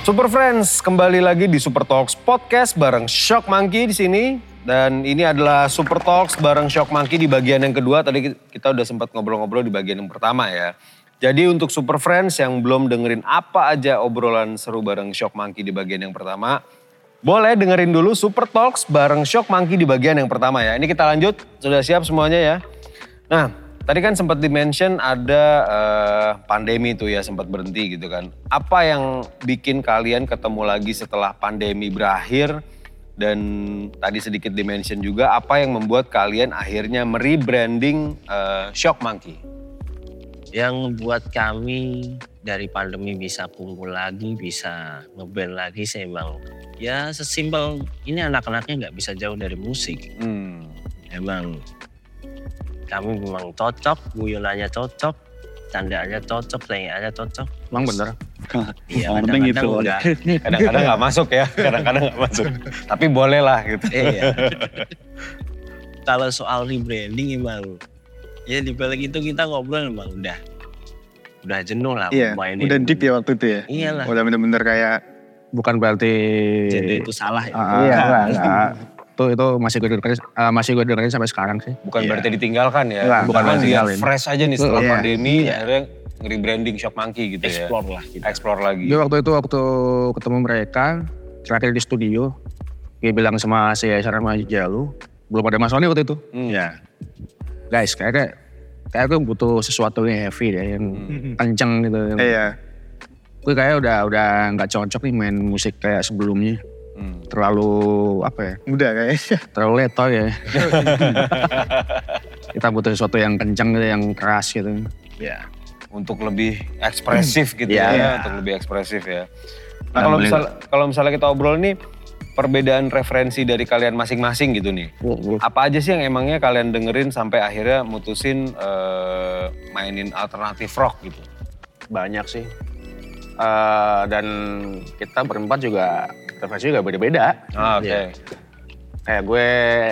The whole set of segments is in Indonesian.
Super Friends, kembali lagi di Super Talks Podcast bareng Shock Monkey di sini. Dan ini adalah Super Talks bareng Shock Monkey di bagian yang kedua. Tadi kita udah sempat ngobrol-ngobrol di bagian yang pertama ya. Jadi untuk Super Friends yang belum dengerin apa aja obrolan seru bareng Shock Monkey di bagian yang pertama, boleh dengerin dulu Super Talks bareng Shock Monkey di bagian yang pertama ya. Ini kita lanjut, sudah siap semuanya ya. Nah, tadi kan sempat di-mention ada pandemi tuh ya, sempat berhenti gitu kan. Apa yang bikin kalian ketemu lagi setelah pandemi berakhir? Dan tadi sedikit di-mention juga, apa yang membuat kalian akhirnya merebranding Shock Monkey? Yang buat kami dari pandemi bisa kumpul lagi, bisa ngeband lagi sih emang. Ya sesimpel ini anak-anaknya nggak bisa jauh dari musik. Emang kami memang cocok, guyonannya cocok, candaannya cocok, playnya cocok. Emang bener? Iya, Kadang-kadang gitu. udah. Kadang-kadang gak masuk ya, kadang-kadang gak masuk. Tapi boleh lah gitu. Iya. Kalau soal rebranding emang, ya di balik itu kita ngobrol emang udah jenuh lah mainin. Udah deep ya waktu itu ya? Iyalah. Udah bener-bener kayak, bukan berarti... Jadi itu salah ya? Iya, enggak. Itu masih gue dengerin sampai sekarang sih. Bukan berarti ditinggalkan ya. Enggak, bukan bukan dia ditinggalin. fresh aja nih setelah Iya. pandemi, akhirnya nge-rebranding Shock Monkey gitu ya. Explore lah kita. Explore lagi. Dia waktu ketemu mereka, terakhir di studio, dia bilang sama si Sarah sama Jalu, belum ada Mas Roni waktu itu. Ya. Guys, kayak gue butuh sesuatu yang heavy deh, yang kenceng gitu. Iya. Gue kayak udah nggak cocok nih main musik kayak sebelumnya. Terlalu apa ya? Mudah kayaknya. Terlalu letoy ya. Kita butuh sesuatu yang kenceng gitu, yang keras gitu. Ya. Untuk lebih ekspresif gitu Iya. ya. Untuk lebih ekspresif ya. Nah kalau misalnya kita obrol nih, perbedaan referensi dari kalian masing-masing gitu nih. Apa aja sih yang emangnya kalian dengerin sampai akhirnya mutusin mainin alternatif rock gitu? Banyak sih. Dan kita berempat juga, referensi juga beda-beda. Oke. Kayak gue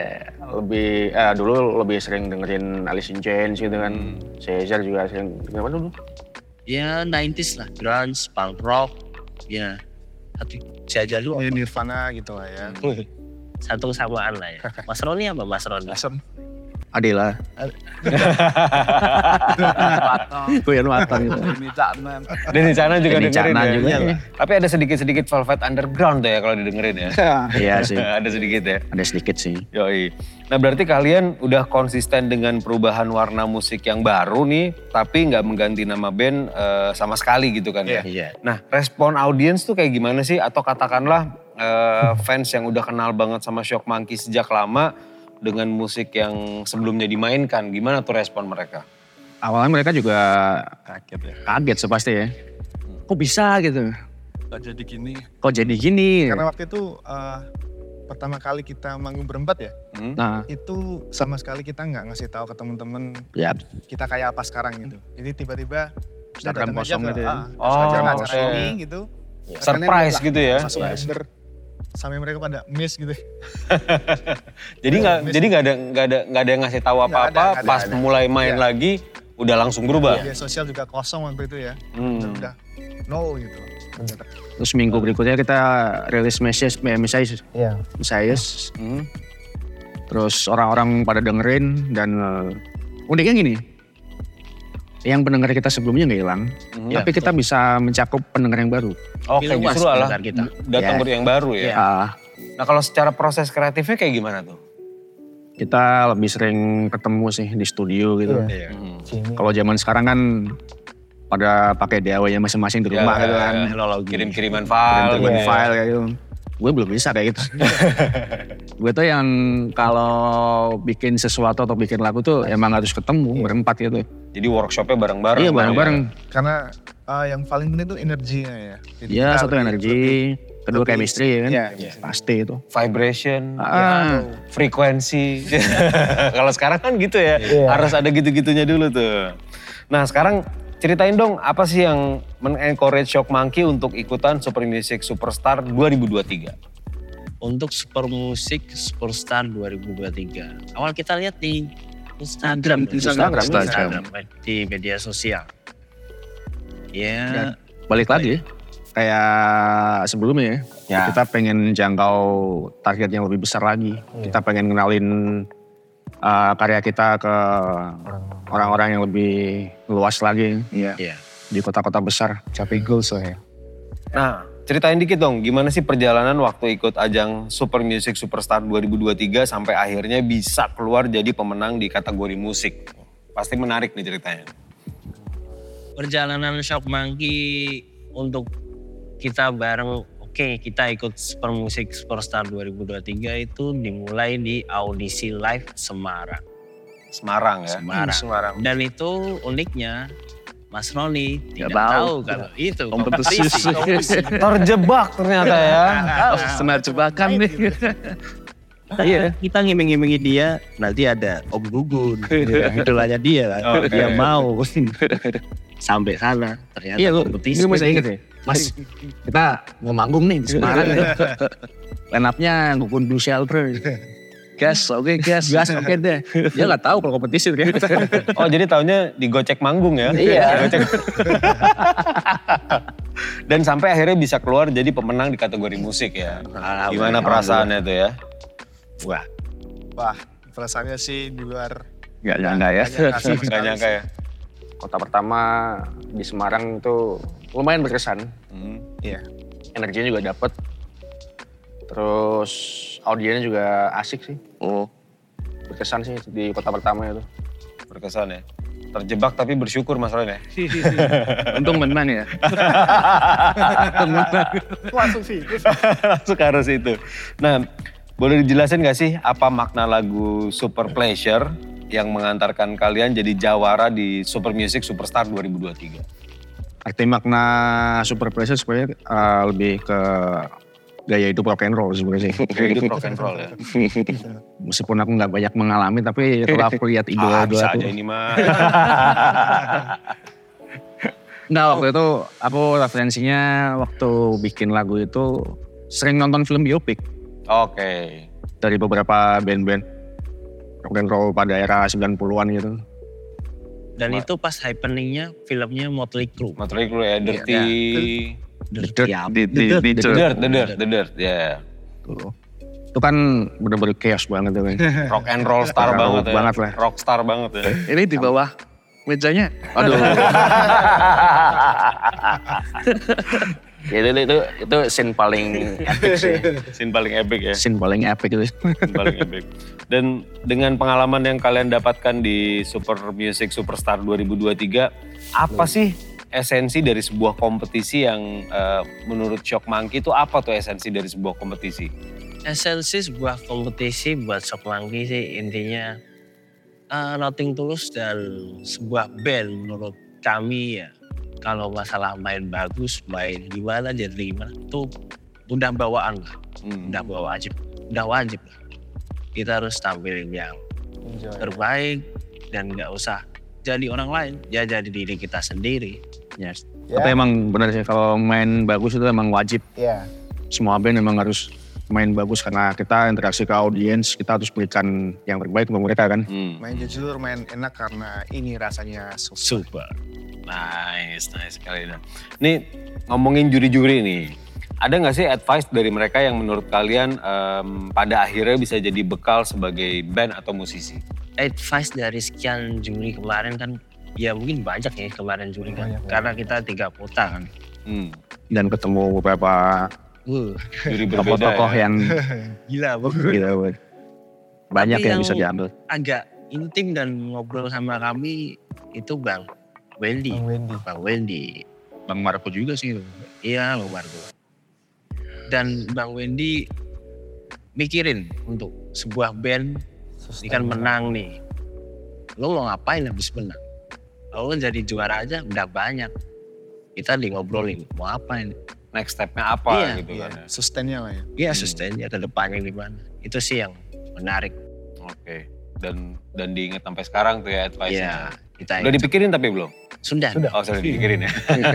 dulu lebih sering dengerin Alice in Chains gitu kan. Caesar juga sering dengerin apa dulu? Ya 90s lah, grunge, punk rock, ya saja dulu. Nirvana gitu lah ya. Satu kesamaan lah ya. Mas Roni apa Mas Roni? Adela. Gue yang Watan gitu. Denny Cana juga Denny dengerin Cana ya. juga. Iya. Tapi ada sedikit-sedikit Velvet Underground ya kalau didengerin ya. Iya sih. Ada sedikit ya. Ada sedikit sih. Yoi. Nah berarti kalian udah konsisten dengan perubahan warna musik yang baru nih, tapi nggak mengganti nama band sama sekali gitu kan ya? Iya. Nah respon audiens tuh kayak gimana sih? Atau katakanlah fans yang udah kenal banget sama Shock Monkey sejak lama dengan musik yang sebelumnya dimainkan, gimana tuh respon mereka? Awalnya mereka juga Kaget ya. kaget sepasti ya. Kok bisa gitu? Kok jadi gini? Kok jadi gini? Karena waktu itu pertama kali kita manggung berempat ya. Nah, Itu sama sekali kita nggak ngasih tahu ke temen-temen ya kita kayak apa sekarang gitu. Jadi tiba-tiba kita Instagram datang aja kosong ke gitu ya. acara oke. acara ini gitu. Surprise gitu ya? Langsung bener sampai mereka pada miss gitu. Jadi nggak ada yang ngasih tahu Nggak apa-apa, ada. pas mulai main Iya. lagi udah langsung berubah. Media sosial juga kosong waktu itu ya. Udah nol gitu. terus minggu berikutnya kita rilis message. Iya. Terus orang-orang pada dengerin dan uniknya gini. Yang pendengar kita sebelumnya nggak hilang, tapi kita bisa mencakup pendengar yang baru. Oke, Lebih luas justru alah pendengar kita. datang Ya. yang baru ya. Nah kalau secara proses kreatifnya kayak gimana tuh? Kita lebih sering ketemu sih di studio gitu. Kalau zaman sekarang kan pada pakai DAW-nya masing-masing di rumah gitu kan. Kirim-kiriman file. Kirim file kayak gitu. Gue belum bisa kayak gitu. Gue tuh yang kalau bikin sesuatu atau bikin lagu tuh emang harus ketemu berempat gitu. Jadi workshopnya bareng-bareng. Iya bareng-bareng. Karena yang paling penting itu energinya ya. Jadi Iya kita satu energi, kedua chemistry ya kan. Iya. Pasti itu. Vibration, frekuensi. frekuensi. Kalau sekarang kan gitu ya, harus ada gitu-gitunya dulu tuh. Nah sekarang ceritain dong apa sih yang men-encourage Shock Monkey untuk ikutan Super Music Superstar 2023? Untuk Super Music Superstar 2023. Awal kita lihat di Instagram. Di media sosial. Ya. Balik lagi ya. kayak sebelumnya Ya. kita pengen jangkau target yang lebih besar lagi. Kita pengen kenalin karya kita ke orang-orang yang lebih luas lagi. Iya. Iya. Di kota-kota besar. Capai goals ya. Nah, ceritain dikit dong, gimana sih perjalanan waktu ikut ajang Super Music Superstar 2023 sampai akhirnya bisa keluar jadi pemenang di kategori musik. Pasti menarik nih ceritanya. Perjalanan Shock Monkey untuk kita bareng, kita ikut Super Music Superstar 2023 itu dimulai di audisi live Semarang. Semarang ya? Semarang. Dan itu uniknya Mas Roni tidak tahu. tahu kalau itu kompetisi. Terjebak ternyata ya. Senar jebakan nih. Iya, kita ngiming-ngimingi dia, nanti ada Om Gugun, idolanya dia, dia mau. Sampai sana, ternyata Iya, kompetisi. gue masih inget ya. Mas, kita mau manggung nih di Semarang. Line up-nya Gugun Blue Shelter. Gas, oke deh. Dia gak tahu kalau kompetisi ternyata. Oh jadi tahunnya digocek manggung ya? Iya. Digocek. Dan sampai akhirnya bisa keluar jadi pemenang di kategori musik ya. Gimana perasaannya tuh ya? Wah, perasaannya sih di luar. Gak nyangka ya. Gak nyangka ya? Kota pertama di Semarang itu lumayan berkesan. Iya. Energinya juga dapet. Terus audiennya juga asik sih. Berkesan sih di kota pertama itu. Berkesan ya? Terjebak tapi bersyukur Mas Ron ya? Untung menang ya. Langsung sih. Langsung ke arus itu. Nah, boleh dijelasin gak sih apa makna lagu Super Pleasure yang mengantarkan kalian jadi jawara di Super Music Superstar 2023? Arti makna Super Pleasure sebenarnya lebih ke gaya hidup rock and roll sebenarnya sih. Gaya hidup rock and roll ya? Meskipun aku nggak banyak mengalami, tapi setelah aku lihat idola-idola bisa tuh. aja ini mah. Nggak, waktu itu aku referensinya waktu bikin lagu itu sering nonton film biopik Oke. dari beberapa band-band rock and roll pada era 90-an gitu. Dan itu pas happeningnya filmnya Motley Crue. Motley Crue ya, Dirty... The Dirt. The Dirt, ya. Itu kan bener-bener chaos banget tuh. Rock and roll star banget ya. banget lah. Rock star banget ya. Ini di bawah mejanya. Aduh. itu scene paling epic sih. Scene paling epic ya. Scene paling epic itu. Scene paling epic. Dan dengan pengalaman yang kalian dapatkan di Super Music Superstar 2023, apa sih esensi dari sebuah kompetisi yang menurut Shock Monkey itu apa tuh esensi dari sebuah kompetisi? Esensi sebuah kompetisi buat Shock Monkey sih intinya nothing tulus dan sebuah band menurut kami ya. Kalau masalah main bagus, main gimana, jadi gimana, itu udah bawaan lah. Udah wajib lah. Kita harus tampilin yang terbaik dan nggak usah jadi orang lain, ya jadi diri kita sendiri. Yes. Tapi emang benar sih kalau main bagus itu emang wajib. Iya. Semua band emang harus main bagus karena kita interaksi ke audiens, kita harus berikan yang terbaik untuk mereka kan. Main jujur, main enak karena ini rasanya Super. Nice sekali. Nih ngomongin juri-juri nih, ada nggak sih advice dari mereka yang menurut kalian pada akhirnya bisa jadi bekal sebagai band atau musisi? Advice dari sekian juri kemarin kan, ya mungkin banyak ya kemarin juri kan, karena kita 3 kota kan. Dan ketemu beberapa Juri berbeda tokoh-tokoh ya. yang Gila gitu. Banyak Tapi yang bisa diambil. Agak intim dan ngobrol sama kami itu Bang Wendy. Bang Marco juga sih. Iya, Bang Marco. Dan Bang Wendy mikirin untuk sebuah band ini kan menang nih. Lo mau ngapain habis menang? Lo jadi juara aja udah banyak. Kita ngobrolin mau apa ini? Next step-nya apa gitu Iya, kan. sustainnya lah ya. Iya, sustainnya ke depannya gimana. Itu sih yang menarik. Oke. Dan diingat sampai sekarang tuh ya advice-nya. Iya, kita Udah dipikirin tapi belum? Sudah. Oh sudah dipikirin ya.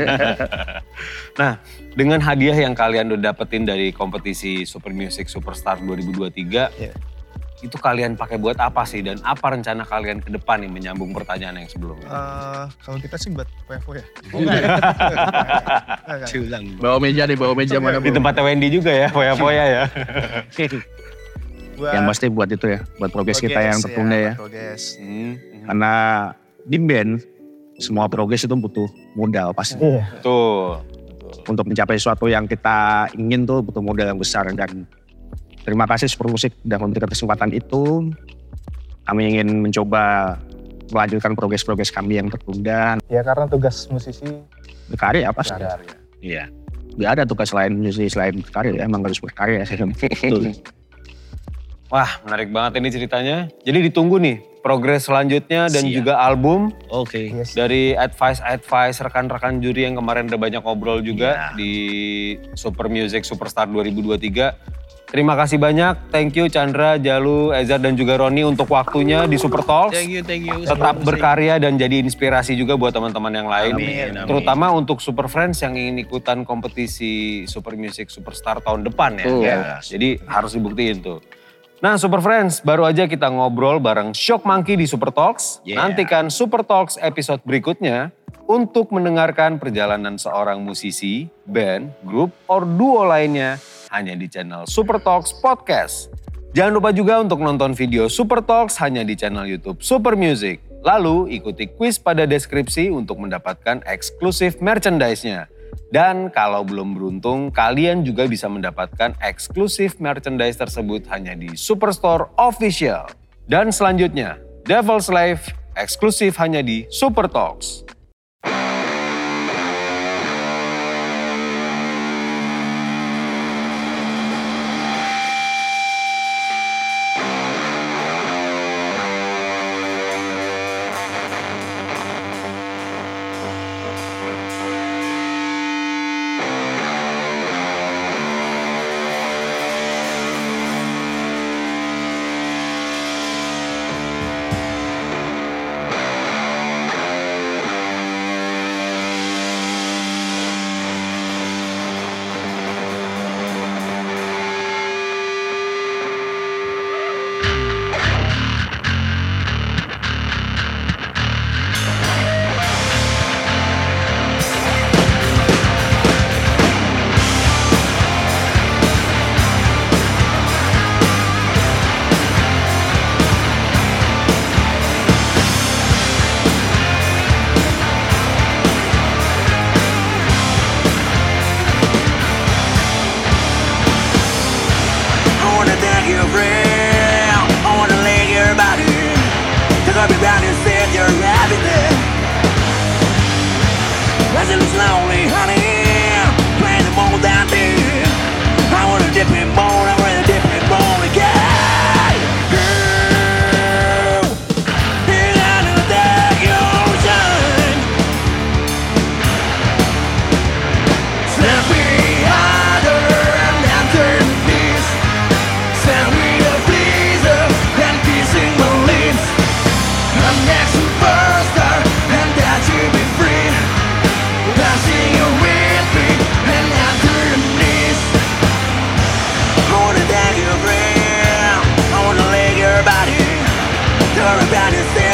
Nah dengan hadiah yang kalian udah dapetin dari kompetisi Super Music Superstar 2023, itu kalian pakai buat apa sih? Dan apa rencana kalian ke depan nih menyambung pertanyaan yang sebelumnya? Kalau kita sih buat PFO ya. Culang. Bawa meja mana Di tempatnya Wendy juga ya, foya-foya ya. Yang pasti buat itu ya, buat progres kita yang tertunda ya. Progres. Karena di band, semua progres itu butuh modal pasti. Betul. Untuk mencapai sesuatu yang kita ingin tuh butuh modal yang besar. Dan terima kasih Super Musik sudah memberikan kesempatan itu. Kami ingin mencoba melanjutkan progres-progres kami yang tertunda. Ya karena tugas musisi Berkarya apa sih? berkarya. Iya. Gak ada tugas lain musisi selain berkarya, emang harus berkarya. Wah, menarik banget ini ceritanya. Jadi ditunggu nih progres selanjutnya dan Siap. juga album Oke. Yes. dari advice rekan-rekan juri yang kemarin udah banyak ngobrol juga Ya. di Super Music Superstar 2023. Terima kasih banyak, thank you Chandra, Jalu, Ezar dan juga Roni untuk waktunya di Super Talks. Thank you. Tetap berkarya dan jadi inspirasi juga buat teman-teman yang lain. Amin. Terutama untuk Super Friends yang ingin ikutan kompetisi Super Music Superstar tahun depan ya. Betul. Ya. Jadi harus dibuktiin tuh. Nah Super Friends, baru aja kita ngobrol bareng Shock Monkey di Super Talks. Yeah. Nantikan Super Talks episode berikutnya untuk mendengarkan perjalanan seorang musisi, band, grup, or duo lainnya hanya di channel Super Talks Podcast. Jangan lupa juga untuk nonton video Super Talks hanya di channel YouTube Super Music. Lalu ikuti kuis pada deskripsi untuk mendapatkan eksklusif merchandise-nya. Dan kalau belum beruntung, kalian juga bisa mendapatkan eksklusif merchandise tersebut hanya di Superstore Official. Dan selanjutnya, Devil's Life eksklusif hanya di Super Talks. Everybody say